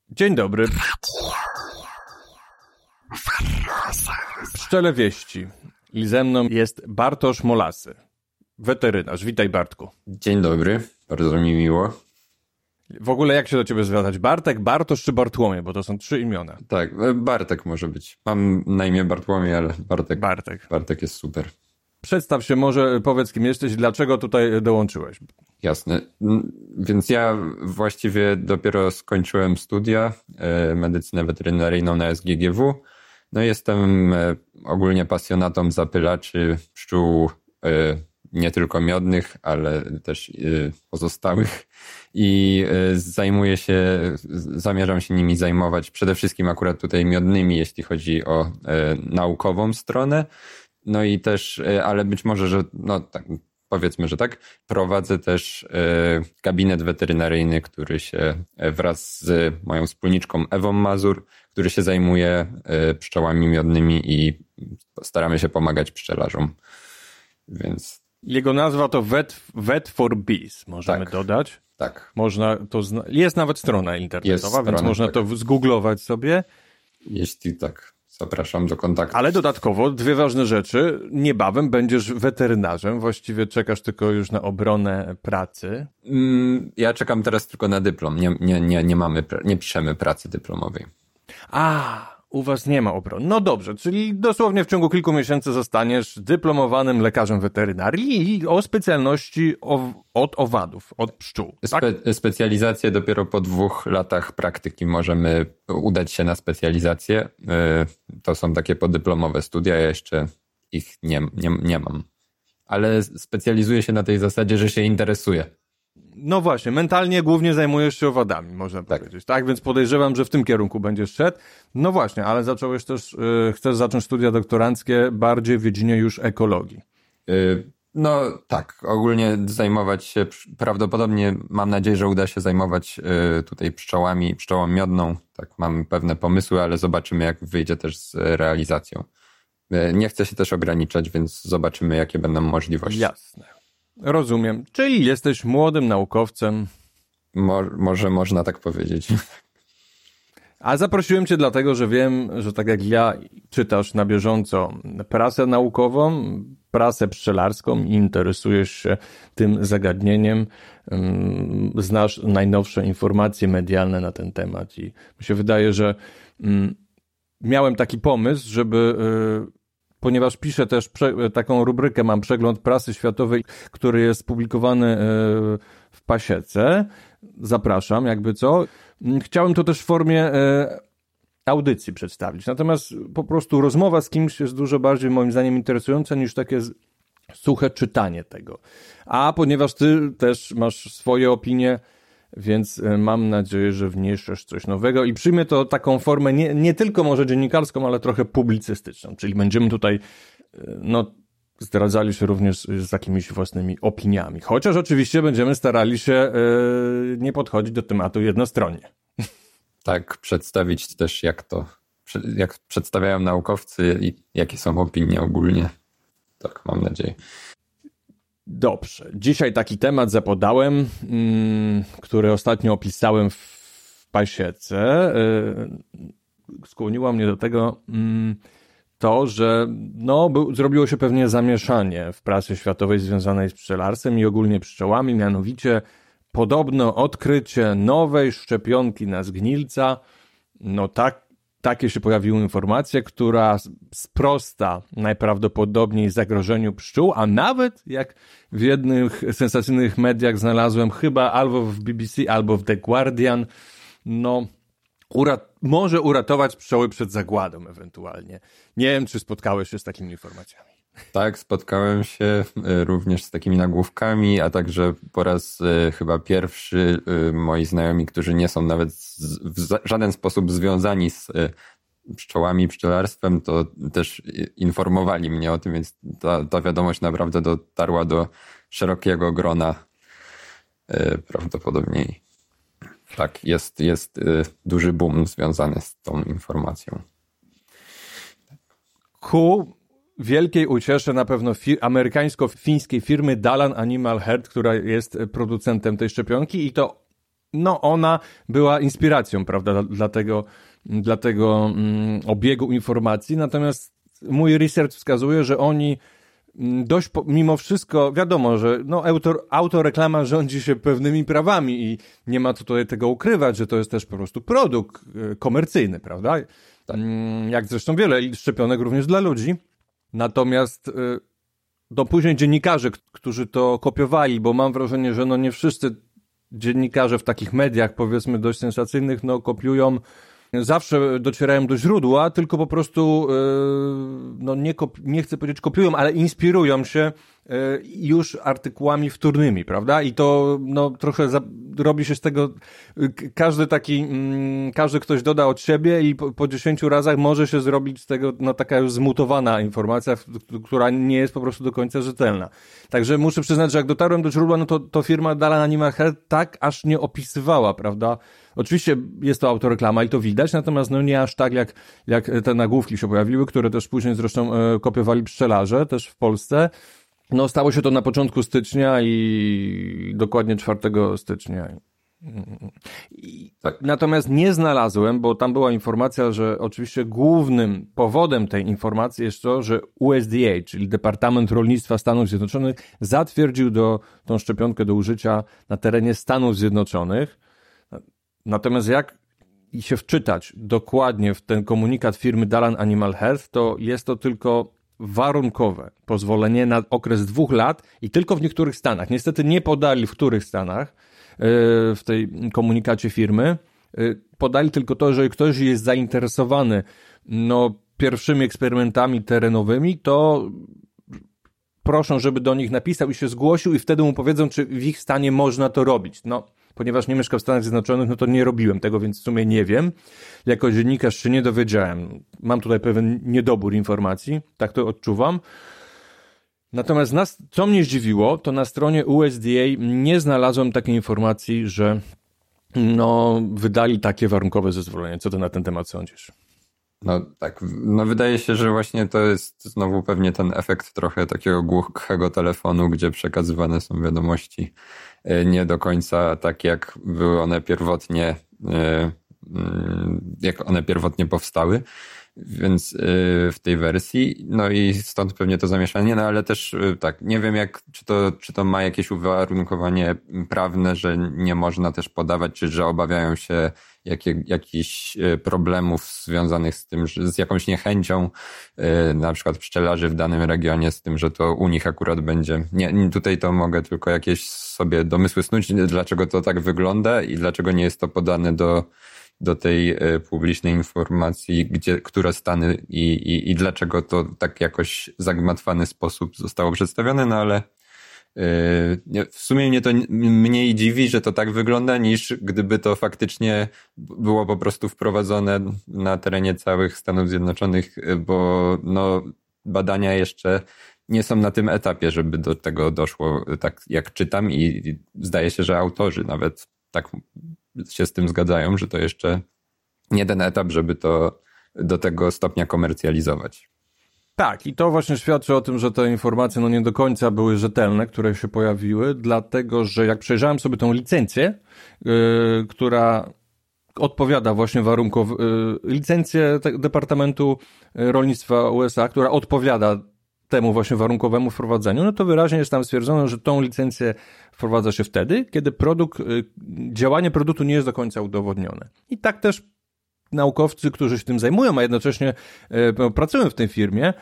Dzień dobry. Pszczele wieści. I ze mną jest Bartosz Molasy, weterynarz. Witaj, Bartku. Dzień dobry, bardzo mi miło. W ogóle jak się do ciebie zwracać? Bartek, Bartosz czy Bartłomiej? Bo to są 3 imiona. Tak, Bartek może być. Mam na imię Bartłomiej, ale Bartek jest super. Przedstaw się może, powiedz kim jesteś, dlaczego tutaj dołączyłeś. Jasne. Więc ja właściwie dopiero skończyłem studia, medycynę weterynaryjną na SGGW. No jestem ogólnie pasjonatą zapylaczy pszczół, nie tylko miodnych, ale też pozostałych. I zamierzam się nimi zajmować przede wszystkim akurat tutaj miodnymi, jeśli chodzi o naukową stronę. No i też, ale być może, że no tak, powiedzmy, że tak, prowadzę też gabinet weterynaryjny, który się wraz z moją wspólniczką Ewą Mazur, który się zajmuje pszczołami miodnymi i staramy się pomagać pszczelarzom. Więc jego nazwa to Vet for Bees, możemy dodać. Tak. Można to jest nawet strona internetowa, więc można to zgooglować sobie. Jeśli tak, zapraszam do kontaktu. Ale dodatkowo 2 ważne rzeczy. Niebawem będziesz weterynarzem, właściwie czekasz tylko już na obronę pracy. Ja czekam teraz tylko na dyplom. Nie piszemy pracy dyplomowej. U was nie ma obrony. No dobrze, czyli dosłownie w ciągu kilku miesięcy zostaniesz dyplomowanym lekarzem weterynarii i o specjalności od owadów, od pszczół. Tak? Specjalizację dopiero po 2 latach praktyki możemy udać się na specjalizację. To są takie podyplomowe studia, ja jeszcze ich nie mam. Ale specjalizuję się na tej zasadzie, że się interesuję. No właśnie, mentalnie głównie zajmujesz się owadami, można powiedzieć. Tak, więc podejrzewam, że w tym kierunku będziesz szedł. No właśnie, ale zacząłeś też, chcesz zacząć studia doktoranckie bardziej w dziedzinie już ekologii. No tak, ogólnie zajmować się, prawdopodobnie mam nadzieję, że uda się zajmować tutaj pszczołą miodną. Tak, mam pewne pomysły, ale zobaczymy, jak wyjdzie też z realizacją. Nie chcę się też ograniczać, więc zobaczymy, jakie będą możliwości. Jasne. Rozumiem. Czyli jesteś młodym naukowcem. Może można tak powiedzieć. A zaprosiłem cię dlatego, że wiem, że tak jak ja czytasz na bieżąco prasę naukową, prasę pszczelarską i interesujesz się tym zagadnieniem, znasz najnowsze informacje medialne na ten temat i mi się wydaje, że miałem taki pomysł, żeby... Ponieważ piszę też taką rubrykę, mam przegląd prasy światowej, który jest publikowany w Pasiece. Zapraszam, jakby co. Chciałem to też w formie audycji przedstawić. Natomiast po prostu rozmowa z kimś jest dużo bardziej moim zdaniem interesująca niż takie suche czytanie tego. A ponieważ ty też masz swoje opinie, więc mam nadzieję, że wniesiesz coś nowego i przyjmie to taką formę nie tylko może dziennikarską, ale trochę publicystyczną. Czyli będziemy tutaj zdradzali się również z jakimiś własnymi opiniami. Chociaż oczywiście będziemy starali się nie podchodzić do tematu jednostronnie. Tak, przedstawić też jak przedstawiają naukowcy i jakie są opinie ogólnie. Tak, mam nadzieję. Dobrze. Dzisiaj taki temat zapodałem, który ostatnio opisałem w Pasiece. Skłoniło mnie do tego to, że zrobiło się pewnie zamieszanie w prasie światowej związanej z pszczelarstwem i ogólnie pszczołami, mianowicie podobno odkrycie nowej szczepionki na zgnilca, takie się pojawiły informacje, która sprosta najprawdopodobniej zagrożeniu pszczół, a nawet jak w jednych sensacyjnych mediach znalazłem, chyba albo w BBC, albo w The Guardian, może uratować pszczoły przed zagładą ewentualnie. Nie wiem, czy spotkałeś się z takimi informacjami. Tak, spotkałem się również z takimi nagłówkami, a także po raz chyba pierwszy moi znajomi, którzy nie są nawet w żaden sposób związani z pszczołami, pszczelarstwem, to też informowali mnie o tym, więc ta wiadomość naprawdę dotarła do szerokiego grona prawdopodobnie. Tak, jest duży boom związany z tą informacją. Ku wielkiej uciesze na pewno amerykańsko-fińskiej firmy Dalan Animal Health, która jest producentem tej szczepionki i to no ona była inspiracją, prawda, dla tego obiegu informacji, natomiast mój research wskazuje, że oni dość, mimo wszystko, wiadomo, że no, autoreklama rządzi się pewnymi prawami i nie ma tutaj tego ukrywać, że to jest też po prostu produkt komercyjny, prawda? Tak. Jak zresztą wiele szczepionek również dla ludzi. Natomiast to później dziennikarze, którzy to kopiowali, bo mam wrażenie, że no nie wszyscy dziennikarze w takich mediach, powiedzmy dość sensacyjnych, no kopiują, zawsze docierają do źródła, tylko po prostu, no nie chcę powiedzieć kopiują, ale inspirują się już artykułami wtórnymi, prawda? I to no trochę robi się z tego, każdy ktoś doda od siebie i po 10 razach może się zrobić z tego no taka już zmutowana informacja, która nie jest po prostu do końca rzetelna. Także muszę przyznać, że jak dotarłem do źródła, no to firma Dalan Animal Health tak aż nie opisywała, prawda? Oczywiście jest to autoreklama i to widać, natomiast no nie aż tak jak te nagłówki się pojawiły, które też później zresztą kopiowali pszczelarze też w Polsce. No stało się to na początku stycznia i dokładnie 4 stycznia. Tak. Natomiast nie znalazłem, bo tam była informacja, że oczywiście głównym powodem tej informacji jest to, że USDA, czyli Departament Rolnictwa Stanów Zjednoczonych, zatwierdził tą szczepionkę do użycia na terenie Stanów Zjednoczonych. Natomiast jak się wczytać dokładnie w ten komunikat firmy Dalan Animal Health, to jest to tylko warunkowe pozwolenie na okres 2 lat i tylko w niektórych stanach. Niestety nie podali w których stanach w tej komunikacie firmy. Podali tylko to, że ktoś jest zainteresowany no, pierwszymi eksperymentami terenowymi, to proszą, żeby do nich napisał i się zgłosił i wtedy mu powiedzą, czy w ich stanie można to robić. No, ponieważ nie mieszkam w Stanach Zjednoczonych, no to nie robiłem tego, więc w sumie nie wiem. Jako dziennikarz się nie dowiedziałem. Mam tutaj pewien niedobór informacji, tak to odczuwam. Natomiast co mnie zdziwiło, to na stronie USDA nie znalazłem takiej informacji, że no, wydali takie warunkowe zezwolenie. Co ty na ten temat sądzisz? No tak, no wydaje się, że właśnie to jest znowu pewnie ten efekt trochę takiego głuchego telefonu, gdzie przekazywane są wiadomości nie do końca tak, jak były one pierwotnie, powstały, więc w tej wersji, no i stąd pewnie to zamieszanie, no ale też tak, nie wiem czy to ma jakieś uwarunkowanie prawne, że nie można też podawać, czy że obawiają się jakichś problemów związanych z tym, z jakąś niechęcią na przykład pszczelarzy w danym regionie, z tym, że to u nich akurat będzie. Nie, tutaj to mogę tylko jakieś sobie domysły snuć, dlaczego to tak wygląda i dlaczego nie jest to podane do tej publicznej informacji, które stany i dlaczego to tak jakoś zagmatwany sposób zostało przedstawione, no ale w sumie mnie to mniej dziwi, że to tak wygląda, niż gdyby to faktycznie było po prostu wprowadzone na terenie całych Stanów Zjednoczonych, bo no, badania jeszcze nie są na tym etapie, żeby do tego doszło, tak jak czytam i zdaje się, że autorzy nawet tak się z tym zgadzają, że to jeszcze nie ten etap, żeby to do tego stopnia komercjalizować. Tak, i to właśnie świadczy o tym, że te informacje no nie do końca były rzetelne, które się pojawiły, dlatego, że jak przejrzałem sobie tą licencję, która odpowiada właśnie licencję Departamentu Rolnictwa USA, która odpowiada temu właśnie warunkowemu wprowadzeniu, no to wyraźnie jest tam stwierdzone, że tą licencję wprowadza się wtedy, kiedy działanie produktu nie jest do końca udowodnione. I tak też naukowcy, którzy się tym zajmują, a jednocześnie pracują w tej firmie,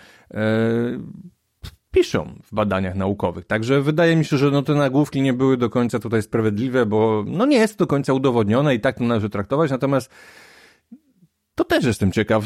piszą w badaniach naukowych. Także wydaje mi się, że no te nagłówki nie były do końca tutaj sprawiedliwe, bo no nie jest do końca udowodnione i tak to należy traktować, natomiast to też jestem ciekaw,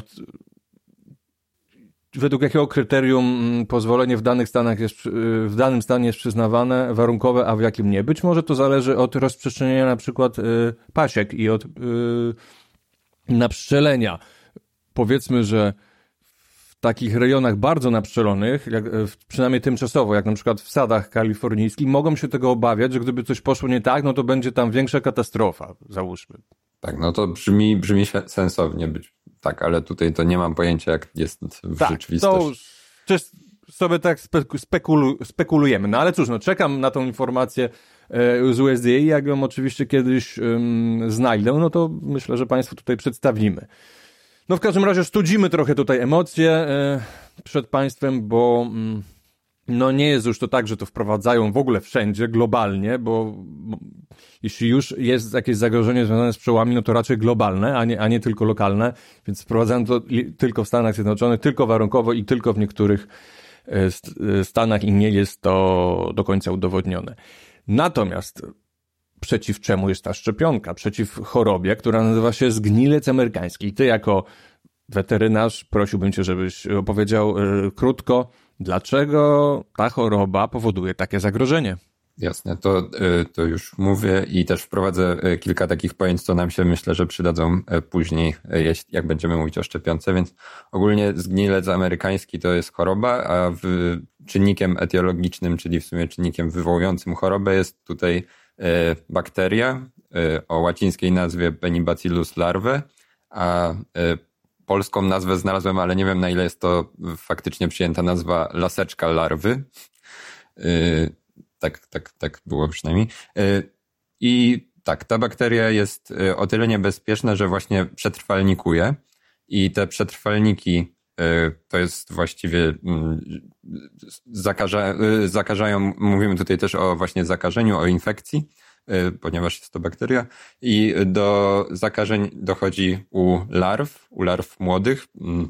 według jakiego kryterium pozwolenie w danym stanie jest przyznawane, warunkowe, a w jakim nie. Być może to zależy od rozprzestrzenienia na przykład pasiek i od napszczelenia. Powiedzmy, że w takich rejonach bardzo napszczelonych, przynajmniej tymczasowo, jak na przykład w sadach kalifornijskich, mogą się tego obawiać, że gdyby coś poszło nie tak, no to będzie tam większa katastrofa, załóżmy. Tak, no to brzmi sensownie być. Tak, ale tutaj to nie mam pojęcia, jak jest w rzeczywistości. To sobie tak spekulujemy. No ale cóż, no czekam na tą informację z USDA i jak ją oczywiście kiedyś znajdę, no to myślę, że Państwu tutaj przedstawimy. No w każdym razie studzimy trochę tutaj emocje przed Państwem, bo no nie jest już to tak, że to wprowadzają w ogóle wszędzie, globalnie, bo jeśli już jest jakieś zagrożenie związane z pszczołami, no to raczej globalne, a nie tylko lokalne, więc wprowadzają to tylko w Stanach Zjednoczonych, tylko warunkowo i tylko w niektórych stanach i nie jest to do końca udowodnione. Natomiast przeciw czemu jest ta szczepionka? Przeciw chorobie, która nazywa się zgnilec amerykański. I ty jako weterynarz prosiłbym cię, żebyś opowiedział krótko, dlaczego ta choroba powoduje takie zagrożenie. Jasne, to już mówię i też wprowadzę kilka takich pojęć, co nam się myślę, że przydadzą później, jak będziemy mówić o szczepionce, więc ogólnie zgnilec amerykański to jest choroba, a czynnikiem etiologicznym, czyli w sumie czynnikiem wywołującym chorobę jest tutaj bakteria o łacińskiej nazwie Penibacillus larvae, a polską nazwę znalazłem, ale nie wiem na ile jest to faktycznie przyjęta nazwa laseczka larwy. Tak było przynajmniej. I tak, ta bakteria jest o tyle niebezpieczna, że właśnie przetrwalnikuje i te przetrwalniki to jest właściwie zakażają, mówimy tutaj też o właśnie zakażeniu, o infekcji, ponieważ jest to bakteria i do zakażeń dochodzi u larw młodych.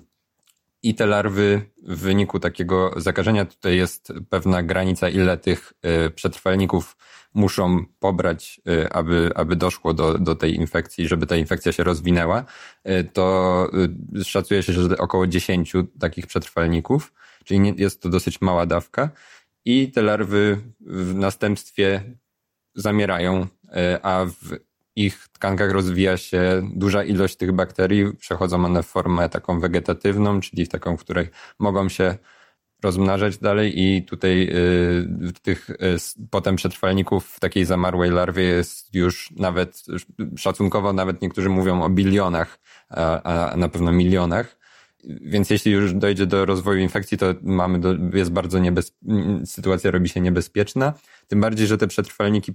I te larwy w wyniku takiego zakażenia, tutaj jest pewna granica, ile tych przetrwalników muszą pobrać, aby doszło do tej infekcji, żeby ta infekcja się rozwinęła, to szacuje się, że około 10 takich przetrwalników, czyli jest to dosyć mała dawka i te larwy w następstwie zamierają, a w ich tkankach rozwija się duża ilość tych bakterii, przechodzą one w formę taką wegetatywną, czyli taką, w której mogą się rozmnażać dalej i tutaj tych potem przetrwalników w takiej zamarłej larwie jest już nawet szacunkowo, nawet niektórzy mówią o bilionach, a na pewno milionach. Więc jeśli już dojdzie do rozwoju infekcji, to jest bardzo sytuacja robi się niebezpieczna. Tym bardziej, że te przetrwalniki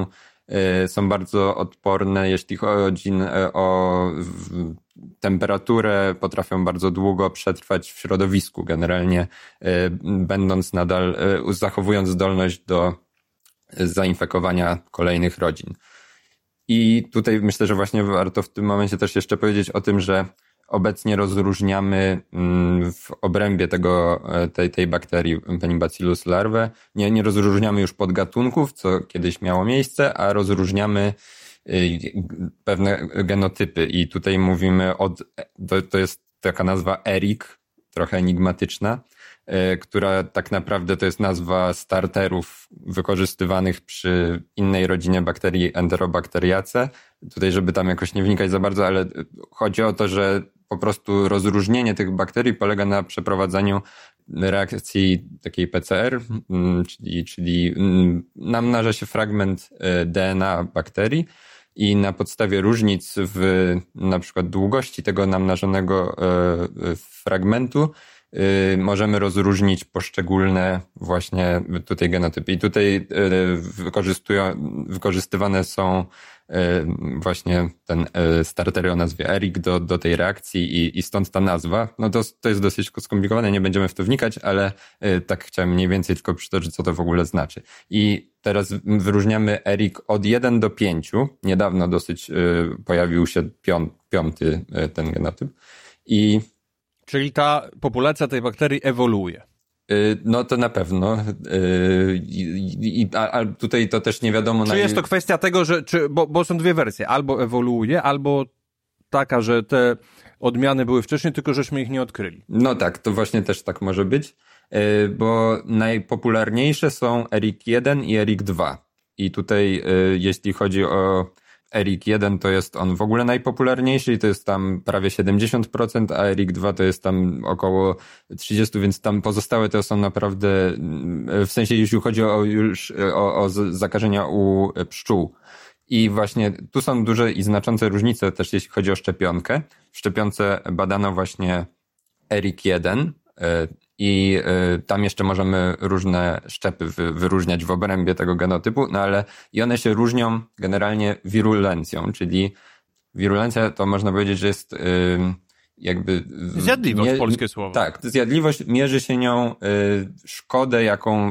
są bardzo odporne, jeśli chodzi o temperaturę, potrafią bardzo długo przetrwać w środowisku, generalnie będąc nadal, zachowując zdolność do zainfekowania kolejnych rodzin. I tutaj myślę, że właśnie warto w tym momencie też jeszcze powiedzieć o tym, że obecnie rozróżniamy w obrębie tej bakterii Penibacillus larvae, nie rozróżniamy już podgatunków, co kiedyś miało miejsce, a rozróżniamy pewne genotypy i tutaj mówimy to jest taka nazwa ERIC, trochę enigmatyczna, która tak naprawdę to jest nazwa starterów wykorzystywanych przy innej rodzinie bakterii Enterobacteriaceae. Tutaj, żeby tam jakoś nie wnikać za bardzo, ale chodzi o to, że po prostu rozróżnienie tych bakterii polega na przeprowadzaniu reakcji takiej PCR, czyli namnaża się fragment DNA bakterii i na podstawie różnic w na przykład długości tego namnażonego fragmentu możemy rozróżnić poszczególne właśnie tutaj genotypy. I tutaj wykorzystywane są właśnie ten startery o nazwie ERIC do tej reakcji i stąd ta nazwa. No to jest dosyć skomplikowane, nie będziemy w to wnikać, ale tak chciałem mniej więcej tylko przytoczyć, co to w ogóle znaczy. I teraz wyróżniamy ERIC od 1 do 5. Niedawno dosyć pojawił się piąty ten genotyp. Czyli ta populacja tej bakterii ewoluuje. No to na pewno. A tutaj to też nie wiadomo. Czy jest to kwestia tego, że bo są dwie wersje. Albo ewoluuje, albo taka, że te odmiany były wcześniej, tylko żeśmy ich nie odkryli. No tak, to właśnie też tak może być, bo najpopularniejsze są ERIC1 i ERIC2. I tutaj jeśli chodzi o ERIC1 to jest on w ogóle najpopularniejszy i to jest tam prawie 70%, a ERIC2 to jest tam około 30%, więc tam pozostałe to są naprawdę, w sensie jeśli chodzi o zakażenia u pszczół. I właśnie tu są duże i znaczące różnice też jeśli chodzi o szczepionkę. W szczepionce badano właśnie ERIC1 i tam jeszcze możemy różne szczepy wyróżniać w obrębie tego genotypu, no ale i one się różnią generalnie wirulencją, czyli wirulencja to można powiedzieć, że jest jakby... Zjadliwość, polskie słowo. Tak, zjadliwość, mierzy się nią szkodę, jaką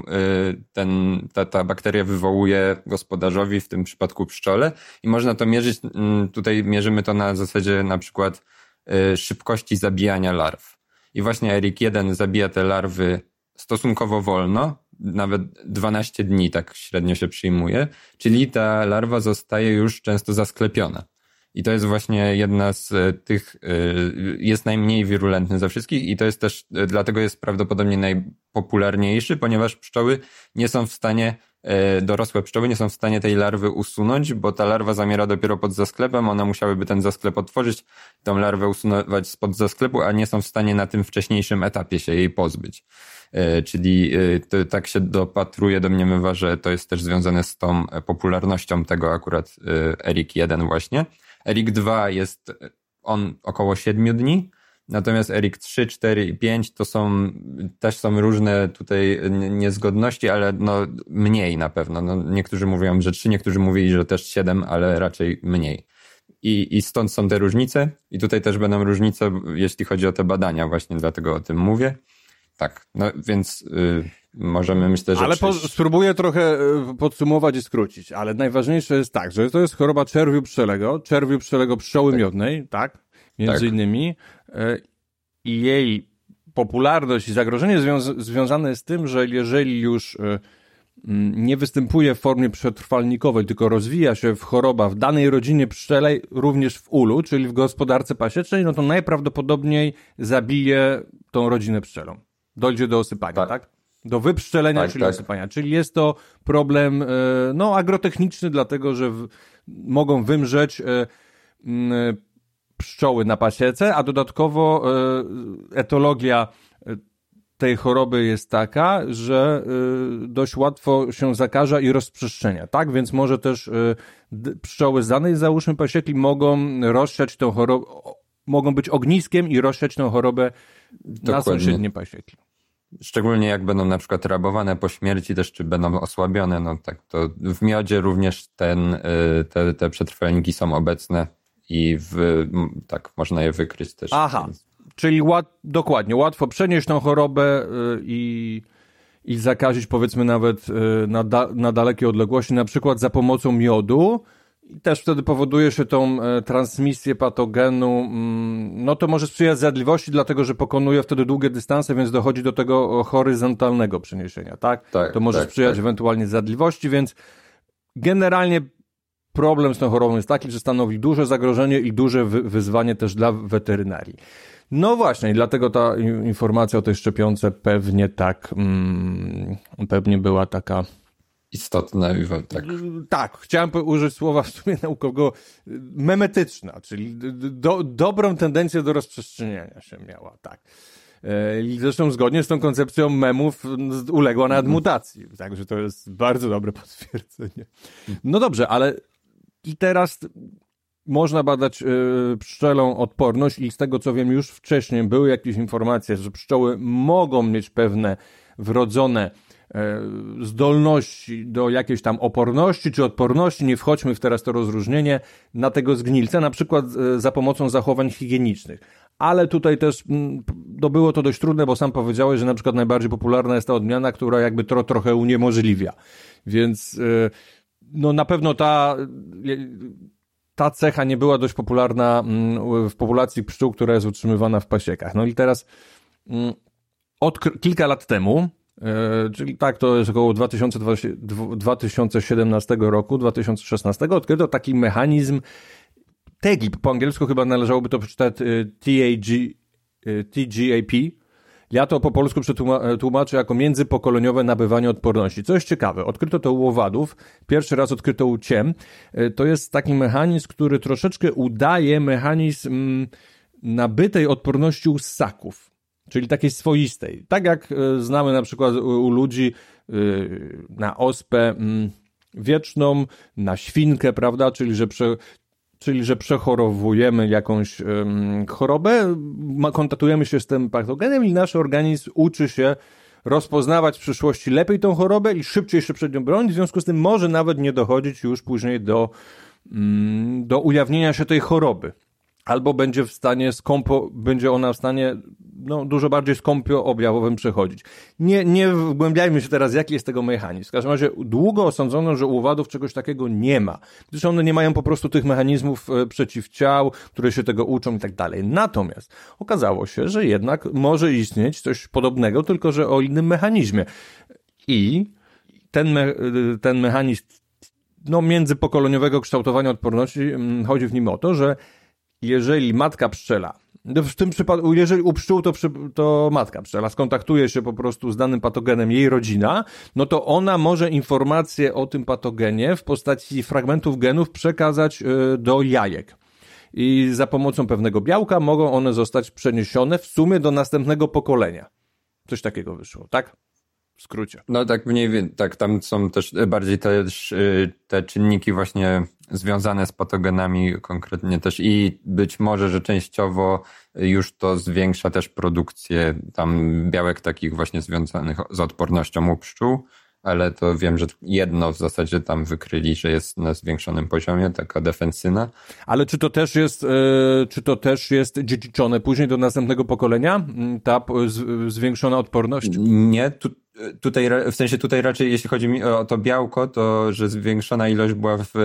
ta bakteria wywołuje gospodarzowi, w tym przypadku pszczole, i można to mierzyć, tutaj mierzymy to na zasadzie na przykład szybkości zabijania larw. I właśnie ERIC-1 zabija te larwy stosunkowo wolno, nawet 12 dni tak średnio się przyjmuje, czyli ta larwa zostaje już często zasklepiona. I to jest właśnie jedna z tych, jest najmniej wirulentny ze wszystkich i to jest też, dlatego jest prawdopodobnie najpopularniejszy, ponieważ pszczoły nie są w stanie, dorosłe pszczoły nie są w stanie tej larwy usunąć, bo ta larwa zamiera dopiero pod zasklepem, one musiałyby ten zasklep otworzyć, tą larwę usunąć spod zasklepu, a nie są w stanie na tym wcześniejszym etapie się jej pozbyć. Czyli to, tak się domniemywa, że to jest też związane z tą popularnością tego akurat ERIC-1 właśnie. ERIC-2 jest on około 7 dni, natomiast ERIC-3, 4 i 5 to też są różne tutaj niezgodności, ale no mniej na pewno. No, niektórzy mówią, że 3, niektórzy mówili, że też 7, ale raczej mniej. I stąd są te różnice i tutaj też będą różnice, jeśli chodzi o te badania, właśnie dlatego o tym mówię. Tak, no więc możemy, myślę, że... Ale spróbuję trochę podsumować i skrócić, ale najważniejsze jest tak, że to jest choroba czerwiu pszczelego pszczoły miodnej, tak? Między innymi. I jej popularność i zagrożenie związane jest z tym, że jeżeli już nie występuje w formie przetrwalnikowej, tylko rozwija się choroba w danej rodzinie pszczelej, również w ulu, czyli w gospodarce pasiecznej, no to najprawdopodobniej zabije tą rodzinę pszczelą. Dojdzie do osypania, tak? Do wypszczelenia, czyli osypania. Czyli jest to problem agrotechniczny, dlatego że mogą wymrzeć pszczoły na pasiece, a dodatkowo etologia tej choroby jest taka, że dość łatwo się zakaża i rozprzestrzenia, tak? Więc może też pszczoły z danej, załóżmy, pasieki mogą rozsiać tą chorobę, mogą być ogniskiem i rozsiać tą chorobę na sąsiednie pasieki. Szczególnie jak będą na przykład rabowane po śmierci też, czy będą osłabione, no tak, to w miodzie również te przetrwalniki są obecne i tak, można je wykryć też. Aha, czyli dokładnie, łatwo przenieść tą chorobę i zakazić, powiedzmy, nawet na dalekie odległości, na przykład za pomocą miodu. I też wtedy powoduje się tą transmisję patogenu, no to może sprzyjać zjadliwości, dlatego że pokonuje wtedy długie dystanse, więc dochodzi do tego horyzontalnego przeniesienia, tak? To może sprzyjać ewentualnie zjadliwości, więc generalnie problem z tą chorobą jest taki, że stanowi duże zagrożenie i duże wyzwanie też dla weterynarii. No właśnie, i dlatego ta informacja o tej szczepionce pewnie pewnie była taka istotna, tak. Tak, chciałem użyć słowa w sumie naukowego memetyczna, czyli dobrą tendencję do rozprzestrzeniania się miała, tak. I zresztą zgodnie z tą koncepcją memów uległa nawet mutacji, także to jest bardzo dobre potwierdzenie. No dobrze, ale i teraz można badać pszczelą odporność i z tego co wiem już wcześniej były jakieś informacje, że pszczoły mogą mieć pewne wrodzone zdolności do jakiejś tam oporności czy odporności, nie wchodźmy w teraz to rozróżnienie, na tego zgnilca, na przykład za pomocą zachowań higienicznych. Ale tutaj też było to dość trudne, bo sam powiedziałeś, że na przykład najbardziej popularna jest ta odmiana, która jakby to trochę uniemożliwia. Więc no na pewno ta cecha nie była dość popularna w populacji pszczół, która jest utrzymywana w pasiekach. No i teraz kilka lat temu, czyli tak, to jest około 2017 roku, 2016, odkryto taki mechanizm TGAP, po angielsku chyba należałoby to przeczytać TGAP. Ja to po polsku tłumaczę jako międzypokoleniowe nabywanie odporności. Co jest ciekawe, odkryto to u owadów, pierwszy raz odkryto u ciem. To jest taki mechanizm, który troszeczkę udaje mechanizm nabytej odporności u ssaków. Czyli takiej swoistej. Tak jak znamy na przykład u ludzi na ospę wieczną, na świnkę, prawda? Czyli że czyli że przechorowujemy jakąś chorobę, kontaktujemy się z tym patogenem i nasz organizm uczy się rozpoznawać w przyszłości lepiej tą chorobę i szybciej się przed nią bronić, w związku z tym może nawet nie dochodzić już później do ujawnienia się tej choroby. Albo będzie będzie ona w stanie dużo bardziej skąpo objawowym przechodzić. Nie wgłębiajmy się teraz, jaki jest tego mechanizm. W każdym razie długo osądzono, że u owadów czegoś takiego nie ma. Gdyż one nie mają po prostu tych mechanizmów przeciwciał, które się tego uczą i tak dalej. Natomiast okazało się, że jednak może istnieć coś podobnego, tylko że o innym mechanizmie. I ten mechanizm międzypokoleniowego kształtowania odporności, chodzi w nim o to, że jeżeli matka pszczela, w tym przypadku, jeżeli u pszczół to matka pszczela skontaktuje się po prostu z danym patogenem jej rodzina, no to ona może informację o tym patogenie w postaci fragmentów genów przekazać do jajek. I za pomocą pewnego białka mogą one zostać przeniesione w sumie do następnego pokolenia. Coś takiego wyszło, tak? W skrócie. No tak mniej więcej, tak, tam są też bardziej te czynniki właśnie związane z patogenami konkretnie też i być może, że częściowo już to zwiększa też produkcję tam białek takich właśnie związanych z odpornością u pszczół, ale to wiem, że jedno w zasadzie tam wykryli, że jest na zwiększonym poziomie, taka defensyna. Ale czy to też jest dziedziczone później do następnego pokolenia? Ta zwiększona odporność? Nie, tutaj raczej jeśli chodzi mi o to białko, to że zwiększona ilość była w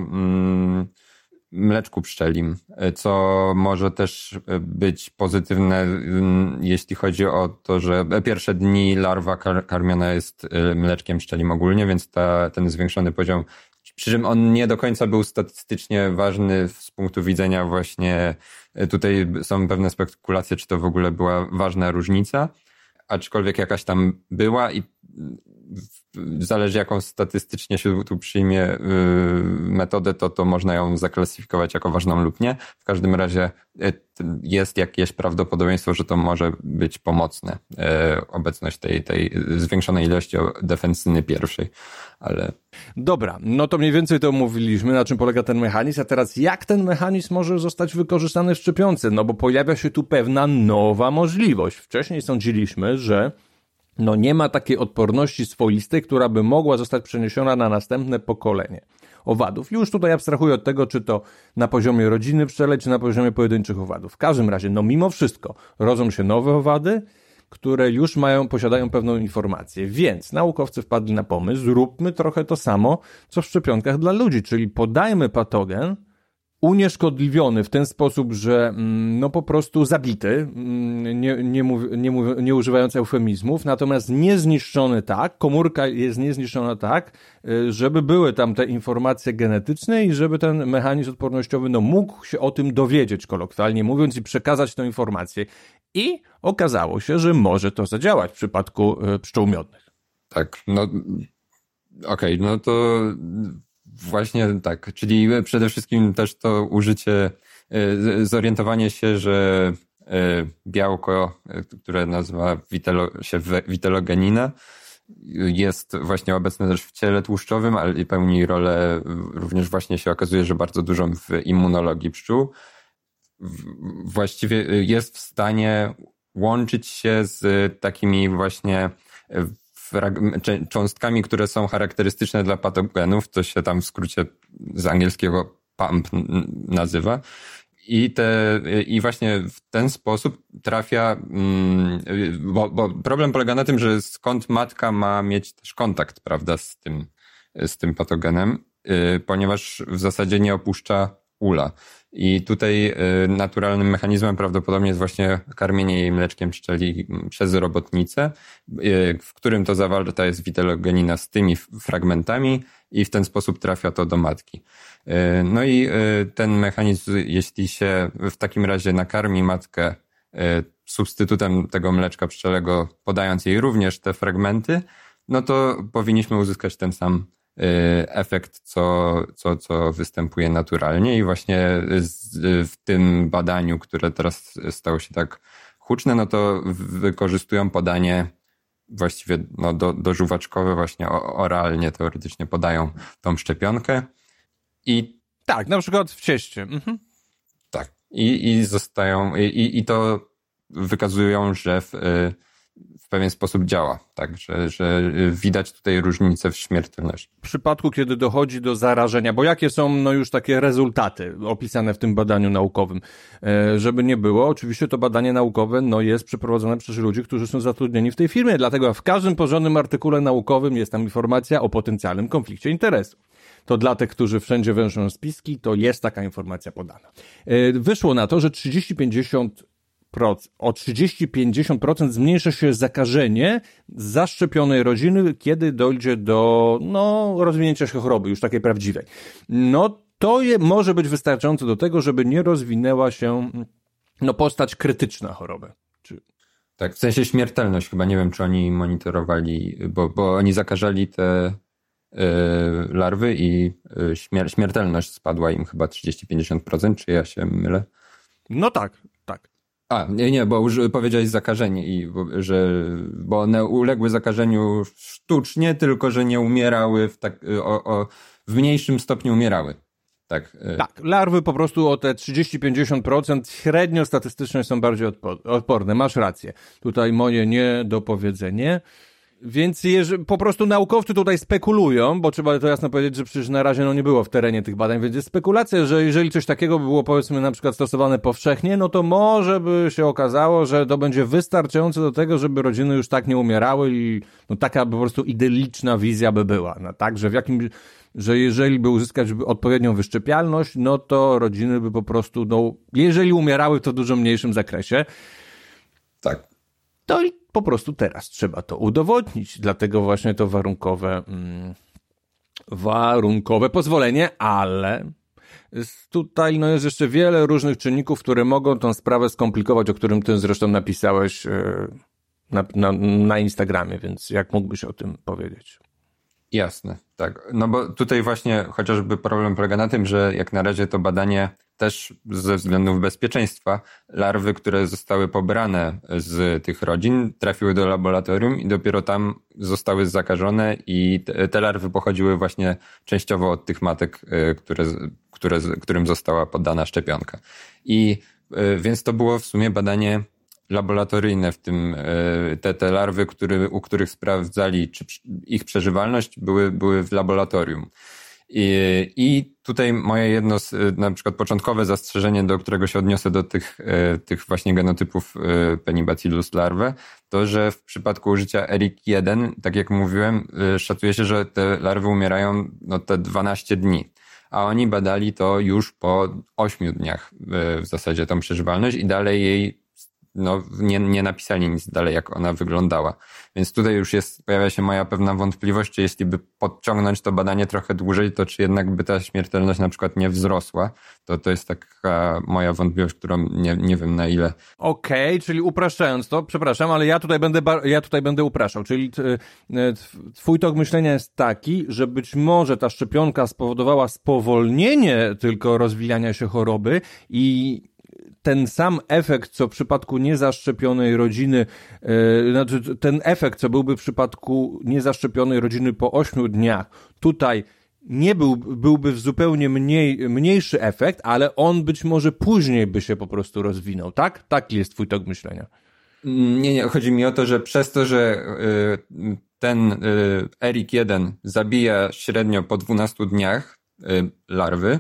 mleczku pszczelim, co może też być pozytywne, jeśli chodzi o to, że pierwsze dni larwa karmiona jest mleczkiem pszczelim ogólnie, więc ten zwiększony poziom, przy czym on nie do końca był statystycznie ważny z punktu widzenia właśnie, tutaj są pewne spekulacje, czy to w ogóle była ważna różnica, aczkolwiek jakaś tam była i zależy jaką statystycznie się tu przyjmie metodę, to można ją zaklasyfikować jako ważną lub nie. W każdym razie jest jakieś prawdopodobieństwo, że to może być pomocne. Obecność tej zwiększonej ilości defensyny pierwszej. Ale... Dobra, no to mniej więcej to omówiliśmy, na czym polega ten mechanizm, a teraz jak ten mechanizm może zostać wykorzystany w szczepionce? No bo pojawia się tu pewna nowa możliwość. Wcześniej sądziliśmy, że nie ma takiej odporności swoistej, która by mogła zostać przeniesiona na następne pokolenie owadów. Już tutaj abstrahuję od tego, czy to na poziomie rodziny pszczelej, czy na poziomie pojedynczych owadów. W każdym razie, mimo wszystko, rodzą się nowe owady, które już posiadają pewną informację. Więc naukowcy wpadli na pomysł, zróbmy trochę to samo, co w szczepionkach dla ludzi, czyli podajmy patogen unieszkodliwiony w ten sposób, że po prostu zabity, nie używając eufemizmów, natomiast niezniszczony tak, komórka jest niezniszczona tak, żeby były tam te informacje genetyczne i żeby ten mechanizm odpornościowy mógł się o tym dowiedzieć, kolokwialnie mówiąc, i przekazać tę informację. I okazało się, że może to zadziałać w przypadku pszczół miodnych. Tak, okej, to właśnie tak, czyli przede wszystkim też to użycie, zorientowanie się, że białko, które nazywa witelogenina, jest właśnie obecne też w ciele tłuszczowym, ale i pełni rolę, również właśnie się okazuje, że bardzo dużą w immunologii pszczół. Właściwie jest w stanie łączyć się z takimi właśnie cząstkami, które są charakterystyczne dla patogenów, to się tam w skrócie z angielskiego PAMP nazywa. I właśnie w ten sposób trafia, bo problem polega na tym, że skąd matka ma mieć też kontakt, prawda, z tym patogenem, ponieważ w zasadzie nie opuszcza ula. I tutaj naturalnym mechanizmem prawdopodobnie jest właśnie karmienie jej mleczkiem pszczeli przez robotnicę, w którym to zawarta jest witelogenina z tymi fragmentami i w ten sposób trafia to do matki. No i ten mechanizm, jeśli się w takim razie nakarmi matkę substytutem tego mleczka pszczelego, podając jej również te fragmenty, no to powinniśmy uzyskać ten sam efekt, co występuje naturalnie i właśnie w tym badaniu, które teraz stało się tak huczne, no to wykorzystują podanie właściwie dożuwaczkowe, właśnie oralnie teoretycznie podają tą szczepionkę i Tak, na przykład w cieście. Mhm. Tak. I zostają, i to wykazują, że w pewien sposób działa, tak, że widać tutaj różnicę w śmiertelności. W przypadku, kiedy dochodzi do zarażenia, bo jakie są już takie rezultaty opisane w tym badaniu naukowym? Żeby nie było, oczywiście to badanie naukowe jest przeprowadzone przez ludzi, którzy są zatrudnieni w tej firmie, dlatego w każdym porządnym artykule naukowym jest tam informacja o potencjalnym konflikcie interesów. To dla tych, którzy wszędzie węszą spiski, to jest taka informacja podana. Wyszło na to, że o 30-50% zmniejsza się zakażenie zaszczepionej rodziny, kiedy dojdzie do rozwinięcia się choroby, już takiej prawdziwej. To może być wystarczające do tego, żeby nie rozwinęła się postać krytyczna choroby. Tak, w sensie śmiertelność chyba, nie wiem, czy oni monitorowali, bo oni zakażali te larwy i śmiertelność spadła im chyba 30-50%, czy ja się mylę? No tak. A, nie, bo już powiedziałeś zakażenie bo one uległy zakażeniu sztucznie, tylko że nie umierały w mniejszym stopniu umierały. Tak, larwy po prostu o te 30-50% średnio statystycznie są bardziej odporne. Masz rację. Tutaj moje niedopowiedzenie. Więc po prostu naukowcy tutaj spekulują, bo trzeba to jasno powiedzieć, że przecież na razie nie było w terenie tych badań, więc jest spekulacja, że jeżeli coś takiego by było, powiedzmy, na przykład stosowane powszechnie, to może by się okazało, że to będzie wystarczające do tego, żeby rodziny już tak nie umierały i taka po prostu idylliczna wizja by była. Tak, że jeżeli by uzyskać odpowiednią wyszczepialność, to rodziny by po prostu, jeżeli umierały, to w dużo mniejszym zakresie. Tak. To i po prostu teraz trzeba to udowodnić, dlatego właśnie to warunkowe pozwolenie, ale tutaj jest jeszcze wiele różnych czynników, które mogą tą sprawę skomplikować, o którym ty zresztą napisałeś na Instagramie, więc jak mógłbyś o tym powiedzieć? Jasne, tak. Bo tutaj właśnie chociażby problem polega na tym, że jak na razie to badanie też ze względów bezpieczeństwa, larwy, które zostały pobrane z tych rodzin, trafiły do laboratorium i dopiero tam zostały zakażone i te larwy pochodziły właśnie częściowo od tych matek, którym została poddana szczepionka. I więc to było w sumie badanie laboratoryjne, w tym te larwy, u których sprawdzali, czy ich przeżywalność, były w laboratorium. I tutaj moje jedno na przykład początkowe zastrzeżenie, do którego się odniosę do tych właśnie genotypów Penibacillus larvae, to, że w przypadku użycia ERIC-1, tak jak mówiłem, szacuje się, że te larwy umierają te 12 dni. A oni badali to już po 8 dniach w zasadzie tą przeżywalność i dalej jej nie napisali nic dalej, jak ona wyglądała. Więc tutaj już pojawia się moja pewna wątpliwość, czy jeśli by podciągnąć to badanie trochę dłużej, to czy jednak by ta śmiertelność na przykład nie wzrosła. To jest taka moja wątpliwość, którą nie wiem na ile. Okej, czyli upraszczając to, przepraszam, ale ja tutaj będę upraszczał. Czyli twój tok myślenia jest taki, że być może ta szczepionka spowodowała spowolnienie tylko rozwijania się choroby i ten sam efekt, co w przypadku niezaszczepionej rodziny, ten efekt, co byłby w przypadku niezaszczepionej rodziny po 8 dniach, tutaj byłby w zupełnie mniejszy efekt, ale on być może później by się po prostu rozwinął, tak? Taki jest twój tok myślenia. Nie, chodzi mi o to, że przez to, że ten ERIC-1 zabija średnio po 12 dniach larwy,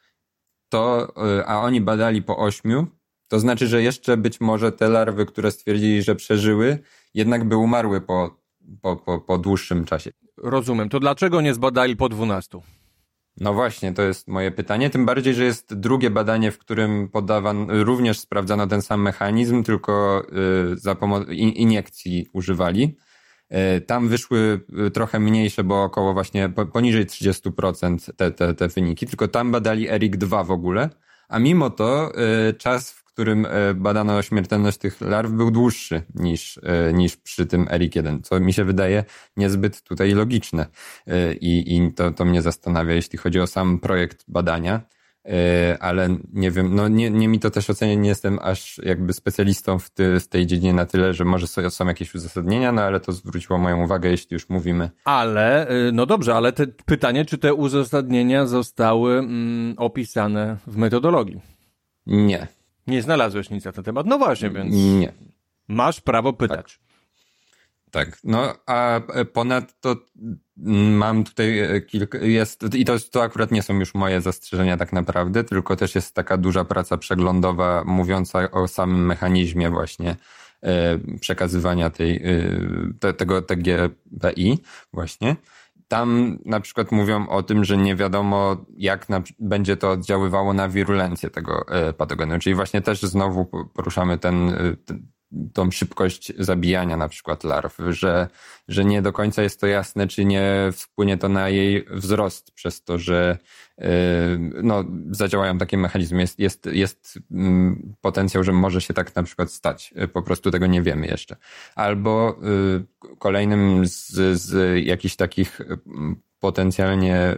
a oni badali po 8, to znaczy, że jeszcze być może te larwy, które stwierdzili, że przeżyły, jednak by umarły po dłuższym czasie. Rozumiem. To dlaczego nie zbadali po 12? No właśnie, to jest moje pytanie. Tym bardziej, że jest drugie badanie, w którym również sprawdzano ten sam mechanizm, tylko za pomocą iniekcji używali. Tam wyszły trochę mniejsze, bo około właśnie poniżej 30% te wyniki, tylko tam badali ERIC-2 w ogóle, a mimo to czas, w którym badano śmiertelność tych larw był dłuższy niż przy tym ERIC-1, co mi się wydaje niezbyt tutaj logiczne i to mnie zastanawia, jeśli chodzi o sam projekt badania, ale nie wiem, no nie mi to też ocenia, nie jestem aż jakby specjalistą w tej dziedzinie na tyle, że może są jakieś uzasadnienia, no ale to zwróciło moją uwagę, jeśli już mówimy. Ale, no dobrze, ale pytanie, czy te uzasadnienia zostały opisane w metodologii? Nie. Nie znalazłeś nic na ten temat? No właśnie, więc nie. Masz prawo pytać. Tak, no a ponadto mam tutaj i to akurat nie są już moje zastrzeżenia tak naprawdę, tylko też jest taka duża praca przeglądowa mówiąca o samym mechanizmie właśnie przekazywania tego TGPI właśnie. Tam na przykład mówią o tym, że nie wiadomo jak będzie to oddziaływało na wirulencję tego patogenu, czyli właśnie też znowu poruszamy tą szybkość zabijania na przykład larw, że nie do końca jest to jasne, czy nie wpłynie to na jej wzrost przez to, że no, zadziałają takie mechanizmy. Jest potencjał, że może się tak na przykład stać. Po prostu tego nie wiemy jeszcze. Albo kolejnym z jakichś takich potencjalnie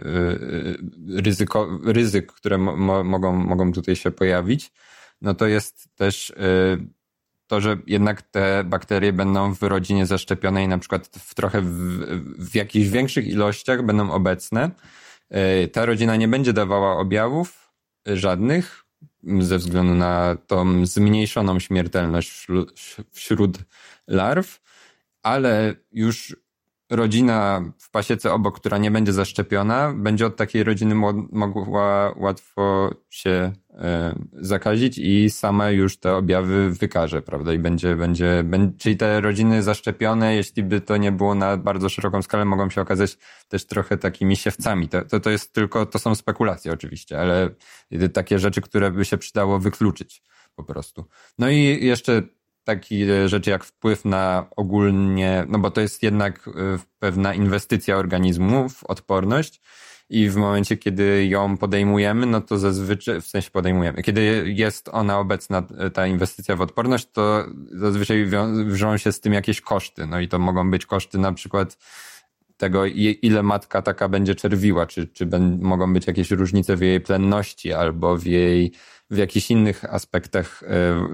ryzyk, które mogą tutaj się pojawić, no to jest też to, że jednak te bakterie będą w rodzinie zaszczepionej na przykład w jakichś większych ilościach będą obecne. Ta rodzina nie będzie dawała objawów żadnych ze względu na tą zmniejszoną śmiertelność wśród larw, ale już rodzina w pasiece obok, która nie będzie zaszczepiona, będzie od takiej rodziny mogła łatwo się zakazić i sama już te objawy wykaże, prawda? I czyli te rodziny zaszczepione, jeśli by to nie było na bardzo szeroką skalę, mogą się okazać też trochę takimi siewcami. To jest tylko, to są spekulacje oczywiście, ale takie rzeczy, które by się przydało wykluczyć po prostu. No i jeszcze takie rzeczy jak wpływ na ogólnie, no bo to jest jednak pewna inwestycja organizmu w odporność i w momencie, kiedy ją podejmujemy, no to zazwyczaj, w sensie podejmujemy, kiedy jest ona obecna, ta inwestycja w odporność, to zazwyczaj wiążą się z tym jakieś koszty, no i to mogą być koszty na przykład tego, ile matka taka będzie czerwiła, czy mogą być jakieś różnice w jej plenności albo w jakichś innych aspektach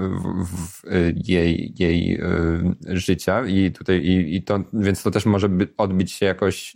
jej życia więc to też może odbić się jakoś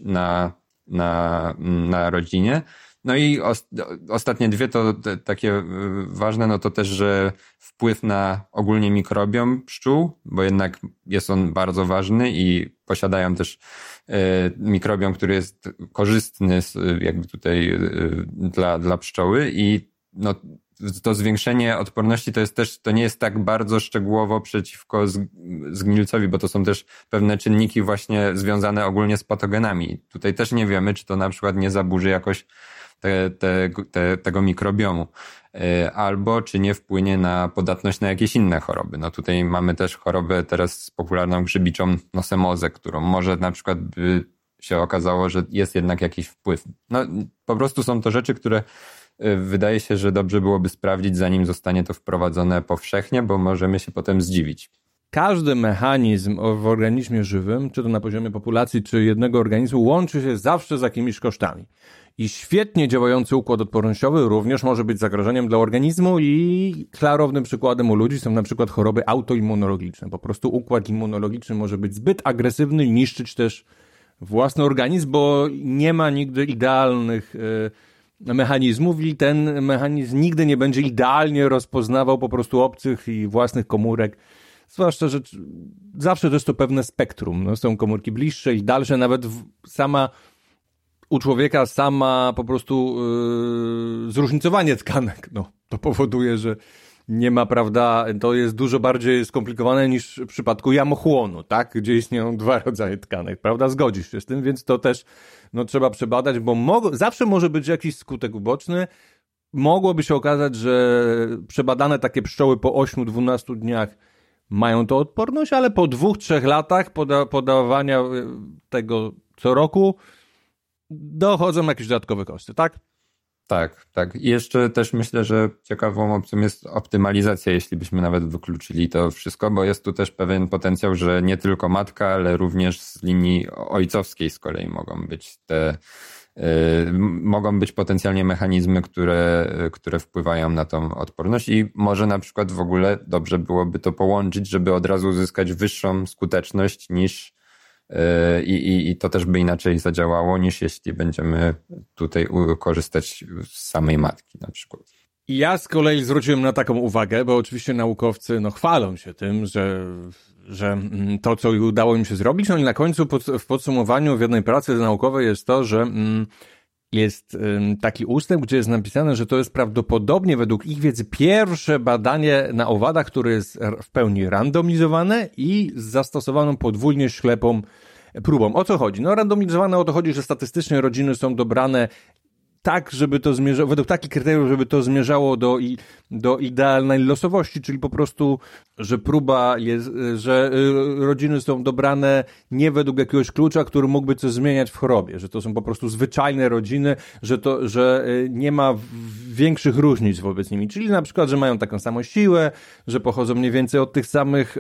na rodzinie. No i ostatnie dwie to takie ważne, no to też, że wpływ na ogólnie mikrobiom pszczół, bo jednak jest on bardzo ważny i posiadają też mikrobiom, który jest korzystny jakby tutaj dla pszczoły i no to zwiększenie odporności to nie jest tak bardzo szczegółowo przeciwko zgnilcowi, bo to są też pewne czynniki właśnie związane ogólnie z patogenami. Tutaj też nie wiemy, czy to na przykład nie zaburzy jakoś tego mikrobiomu, albo czy nie wpłynie na podatność na jakieś inne choroby. No tutaj mamy też chorobę teraz popularną grzybiczą nosemozę, którą może na przykład by się okazało, że jest jednak jakiś wpływ. No po prostu są to rzeczy, które wydaje się, że dobrze byłoby sprawdzić, zanim zostanie to wprowadzone powszechnie, bo możemy się potem zdziwić. Każdy mechanizm w organizmie żywym, czy to na poziomie populacji, czy jednego organizmu, łączy się zawsze z jakimiś kosztami. I świetnie działający układ odpornościowy również może być zagrożeniem dla organizmu i klarownym przykładem u ludzi są na przykład choroby autoimmunologiczne. Po prostu układ immunologiczny może być zbyt agresywny i niszczyć też własny organizm, bo nie ma nigdy idealnych mechanizmów i ten mechanizm nigdy nie będzie idealnie rozpoznawał po prostu obcych i własnych komórek. Zwłaszcza, że zawsze to jest to pewne spektrum. No, są komórki bliższe i dalsze, nawet u człowieka sama po prostu zróżnicowanie tkanek. No, to powoduje, że nie ma, prawda, to jest dużo bardziej skomplikowane niż w przypadku jamochłonu, tak? Gdzie istnieją dwa rodzaje tkanek, prawda? Zgodzisz się z tym, więc to też trzeba przebadać, bo zawsze może być jakiś skutek uboczny. Mogłoby się okazać, że przebadane takie pszczoły po 8-12 dniach mają tą odporność, ale po 2-3 latach podawania tego co roku dochodzą jakieś dodatkowe koszty, tak? Tak. I jeszcze też myślę, że ciekawą opcją jest optymalizacja, jeśli byśmy nawet wykluczyli to wszystko, bo jest tu też pewien potencjał, że nie tylko matka, ale również z linii ojcowskiej z kolei mogą być te mogą być potencjalnie mechanizmy, które wpływają na tą odporność i może na przykład w ogóle dobrze byłoby to połączyć, żeby od razu uzyskać wyższą skuteczność niż i to też by inaczej zadziałało niż jeśli będziemy tutaj korzystać z samej matki na przykład. Ja z kolei zwróciłem na taką uwagę, bo oczywiście naukowcy chwalą się tym, że to, co udało im się zrobić, no i na końcu w podsumowaniu w jednej pracy naukowej jest to, że jest taki ustęp, gdzie jest napisane, że to jest prawdopodobnie według ich wiedzy pierwsze badanie na owadach, które jest w pełni randomizowane i z zastosowaną podwójnie ślepą próbą. O co chodzi? No randomizowane o to chodzi, że statystycznie rodziny są dobrane tak, żeby to zmierzało, według takich kryteriów, żeby to zmierzało do idealnej losowości, czyli po prostu, że próba jest, że rodziny są dobrane nie według jakiegoś klucza, który mógłby coś zmieniać w chorobie, że to są po prostu zwyczajne rodziny, że nie ma większych różnic wobec nimi, czyli na przykład, że mają taką samą siłę, że pochodzą mniej więcej od tych samych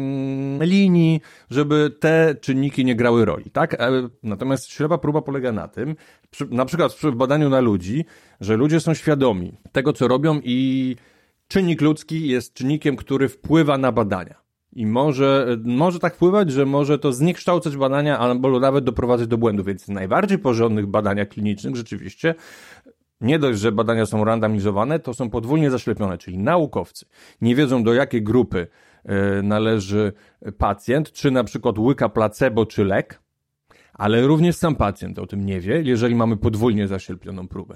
linii, żeby te czynniki nie grały roli, tak? Natomiast ślepa próba polega na tym, na przykład w badaniu na ludzi, że ludzie są świadomi tego, co robią i czynnik ludzki jest czynnikiem, który wpływa na badania. I może tak wpływać, że może to zniekształcać badania, albo nawet doprowadzać do błędu. Więc w najbardziej porządnych badaniach klinicznych rzeczywiście nie dość, że badania są randomizowane, to są podwójnie zaślepione, czyli naukowcy nie wiedzą, do jakiej grupy należy pacjent, czy na przykład łyka placebo, czy lek, ale również sam pacjent o tym nie wie, jeżeli mamy podwójnie zaślepioną próbę.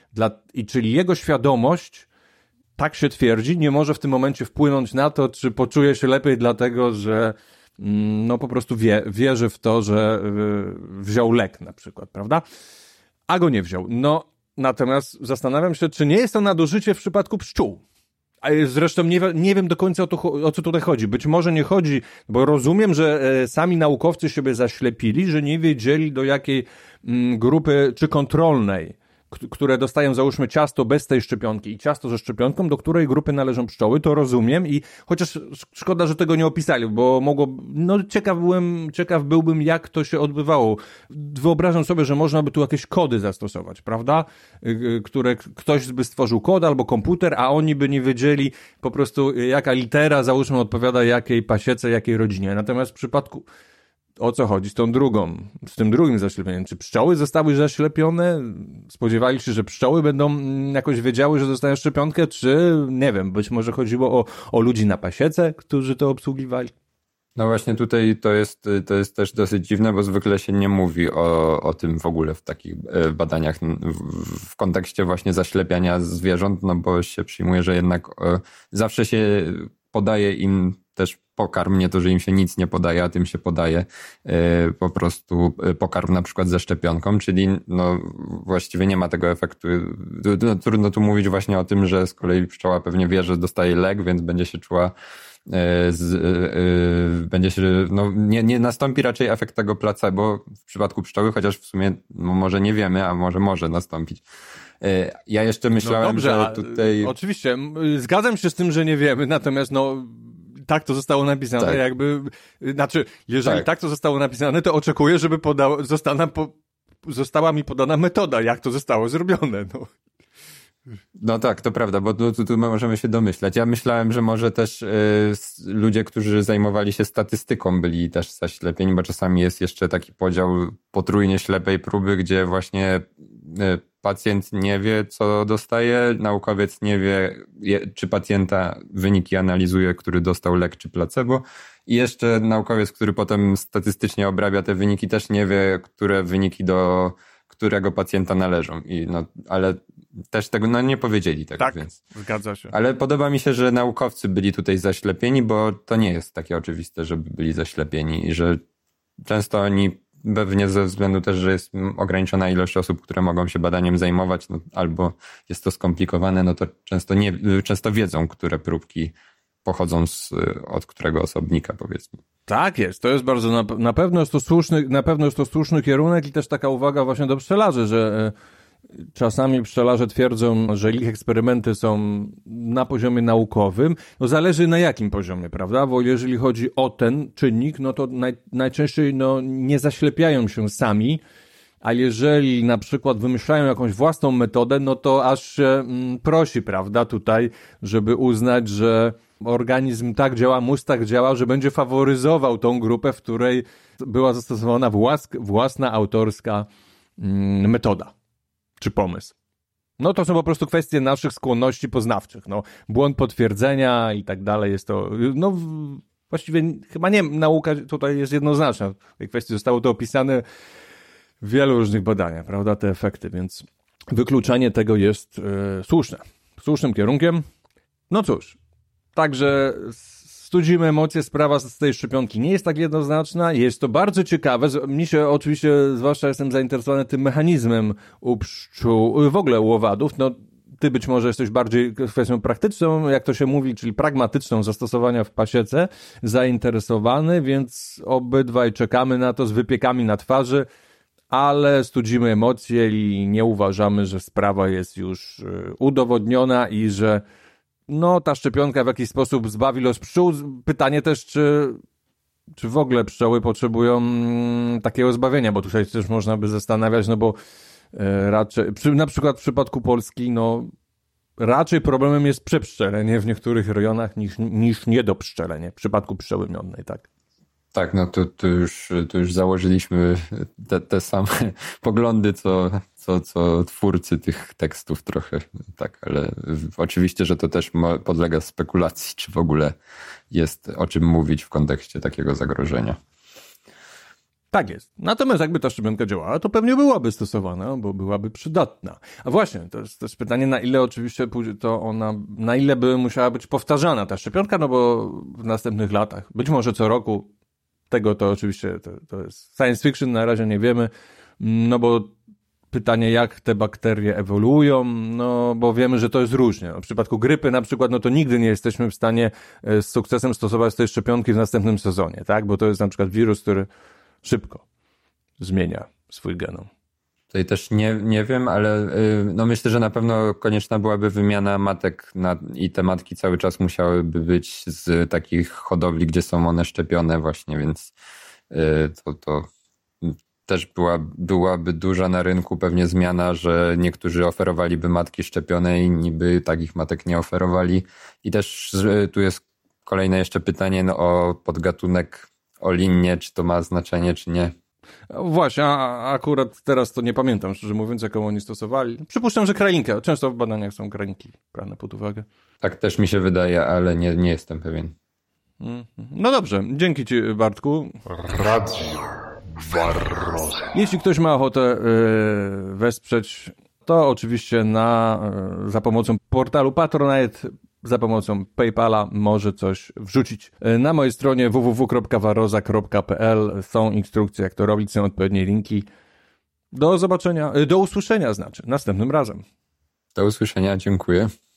Czyli jego świadomość, tak się twierdzi, nie może w tym momencie wpłynąć na to, czy poczuje się lepiej dlatego, że po prostu wierzy w to, że wziął lek na przykład, prawda? A go nie wziął. Natomiast zastanawiam się, czy nie jest to nadużycie w przypadku pszczół. A zresztą nie wiem do końca o co tutaj chodzi. Być może nie chodzi, bo rozumiem, że sami naukowcy siebie zaślepili, że nie wiedzieli do jakiej grupy, czy kontrolnej, które dostają załóżmy ciasto bez tej szczepionki i ciasto ze szczepionką, do której grupy należą pszczoły, to rozumiem i chociaż szkoda, że tego nie opisali, bo ciekaw byłbym, jak to się odbywało. Wyobrażam sobie, że można by tu jakieś kody zastosować, prawda? Które ktoś by stworzył kod albo komputer, a oni by nie wiedzieli po prostu jaka litera załóżmy odpowiada jakiej pasiece, jakiej rodzinie. Natomiast w przypadku o co chodzi z tym drugim zaślepieniem? Czy pszczoły zostały zaślepione? Spodziewali się, że pszczoły będą jakoś wiedziały, że dostają szczepionkę? Czy, nie wiem, być może chodziło o ludzi na pasiece, którzy to obsługiwali? No właśnie tutaj to jest też dosyć dziwne, bo zwykle się nie mówi o tym w ogóle w takich badaniach w kontekście właśnie zaślepiania zwierząt, no bo się przyjmuje, że jednak zawsze się podaje im też pokarm, nie to, że im się nic nie podaje, a tym się podaje po prostu pokarm na przykład ze szczepionką, czyli właściwie nie ma tego efektu. Trudno tu mówić właśnie o tym, że z kolei pszczoła pewnie wie, że dostaje lek, więc będzie się czuła nie nastąpi raczej efekt tego placebo w przypadku pszczoły, chociaż w sumie może nie wiemy, a może nastąpić. Ja jeszcze myślałem, że tutaj... Oczywiście, zgadzam się z tym, że nie wiemy, natomiast tak to zostało napisane, tak. Jeżeli tak to zostało napisane, to oczekuję, żeby została mi podana metoda, jak to zostało zrobione, No tak, to prawda, bo tu możemy się domyślać. Ja myślałem, że może też ludzie, którzy zajmowali się statystyką, byli też zaślepieni, bo czasami jest jeszcze taki podział potrójnie ślepej próby, gdzie właśnie pacjent nie wie, co dostaje, naukowiec nie wie, czy pacjenta wyniki analizuje, który dostał lek czy placebo i jeszcze naukowiec, który potem statystycznie obrabia te wyniki, też nie wie, które wyniki do którego pacjenta należą. Ale też tego nie powiedzieli tego. Tak, więc. Zgadza się. Ale podoba mi się, że naukowcy byli tutaj zaślepieni, bo to nie jest takie oczywiste, żeby byli zaślepieni i że często oni pewnie ze względu też, że jest ograniczona ilość osób, które mogą się badaniem zajmować, albo jest to skomplikowane, to często wiedzą, które próbki pochodzą od którego osobnika, powiedzmy. Tak jest, to jest bardzo, na pewno jest to słuszny kierunek i też taka uwaga właśnie do pszczelarzy, że czasami pszczelarze twierdzą, że ich eksperymenty są na poziomie naukowym. Zależy na jakim poziomie, prawda? Bo jeżeli chodzi o ten czynnik, to najczęściej nie zaślepiają się sami, a jeżeli na przykład wymyślają jakąś własną metodę, no to aż się prosi, prawda, tutaj, żeby uznać, że organizm tak działa, mózg tak działa, że będzie faworyzował tą grupę, w której była zastosowana własna autorska metoda czy pomysł. No to są po prostu kwestie naszych skłonności poznawczych. No, błąd potwierdzenia i tak dalej jest to, no właściwie chyba nie, nauka tutaj jest jednoznaczna. W tej kwestii zostało to opisane w wielu różnych badaniach, prawda, te efekty, więc wykluczanie tego jest słuszne. Słusznym kierunkiem. No cóż, także studzimy emocje, sprawa z tej szczepionki nie jest tak jednoznaczna, jest to bardzo ciekawe. Mi się oczywiście, zwłaszcza jestem zainteresowany tym mechanizmem u pszczół, w ogóle u owadów, no ty być może jesteś bardziej kwestią praktyczną, jak to się mówi, czyli pragmatyczną zastosowania w pasiece, zainteresowany, więc obydwaj czekamy na to z wypiekami na twarzy, ale studzimy emocje i nie uważamy, że sprawa jest już udowodniona i że no ta szczepionka w jakiś sposób zbawi los pszczół. Pytanie też, czy w ogóle pszczoły potrzebują takiego zbawienia, bo tutaj też można by zastanawiać, no bo raczej, na przykład w przypadku Polski, no raczej problemem jest przepszczelenie w niektórych rejonach niż niedopszczelenie w przypadku pszczoły miodnej, tak? Tak, no to już założyliśmy te same poglądy, co twórcy tych tekstów trochę, tak, ale oczywiście, że to też podlega spekulacji, czy w ogóle jest o czym mówić w kontekście takiego zagrożenia. Tak jest. Natomiast jakby ta szczepionka działała, to pewnie byłaby stosowana, bo byłaby przydatna. A właśnie, to jest też pytanie, na ile oczywiście na ile by musiała być powtarzana ta szczepionka, no bo w następnych latach, być może co roku, tego to oczywiście to jest science fiction, na razie nie wiemy, no bo pytanie, jak te bakterie ewoluują, no bo wiemy, że to jest różnie. W przypadku grypy na przykład, no to nigdy nie jesteśmy w stanie z sukcesem stosować tej szczepionki w następnym sezonie, tak? Bo to jest na przykład wirus, który szybko zmienia swój genom. Tutaj też nie wiem, ale no myślę, że na pewno konieczna byłaby wymiana matek i te matki cały czas musiałyby być z takich hodowli, gdzie są one szczepione właśnie, więc to też byłaby duża na rynku pewnie zmiana, że niektórzy oferowaliby matki szczepione, inni by takich matek nie oferowali. I też tu jest kolejne jeszcze pytanie o podgatunek, o linię, czy to ma znaczenie, czy nie. Właśnie, a akurat teraz to nie pamiętam, szczerze mówiąc, jaką oni stosowali. Przypuszczam, że krainkę. Często w badaniach są krainki brane pod uwagę. Tak też mi się wydaje, ale nie jestem pewien. No dobrze, dzięki ci, Bartku. Radio Barroza. Jeśli ktoś ma ochotę wesprzeć, to oczywiście za pomocą portalu Patronite, za pomocą PayPala może coś wrzucić. Na mojej stronie www.varroza.pl są instrukcje, jak to robić, są odpowiednie linki. Do usłyszenia następnym razem. Do usłyszenia, dziękuję.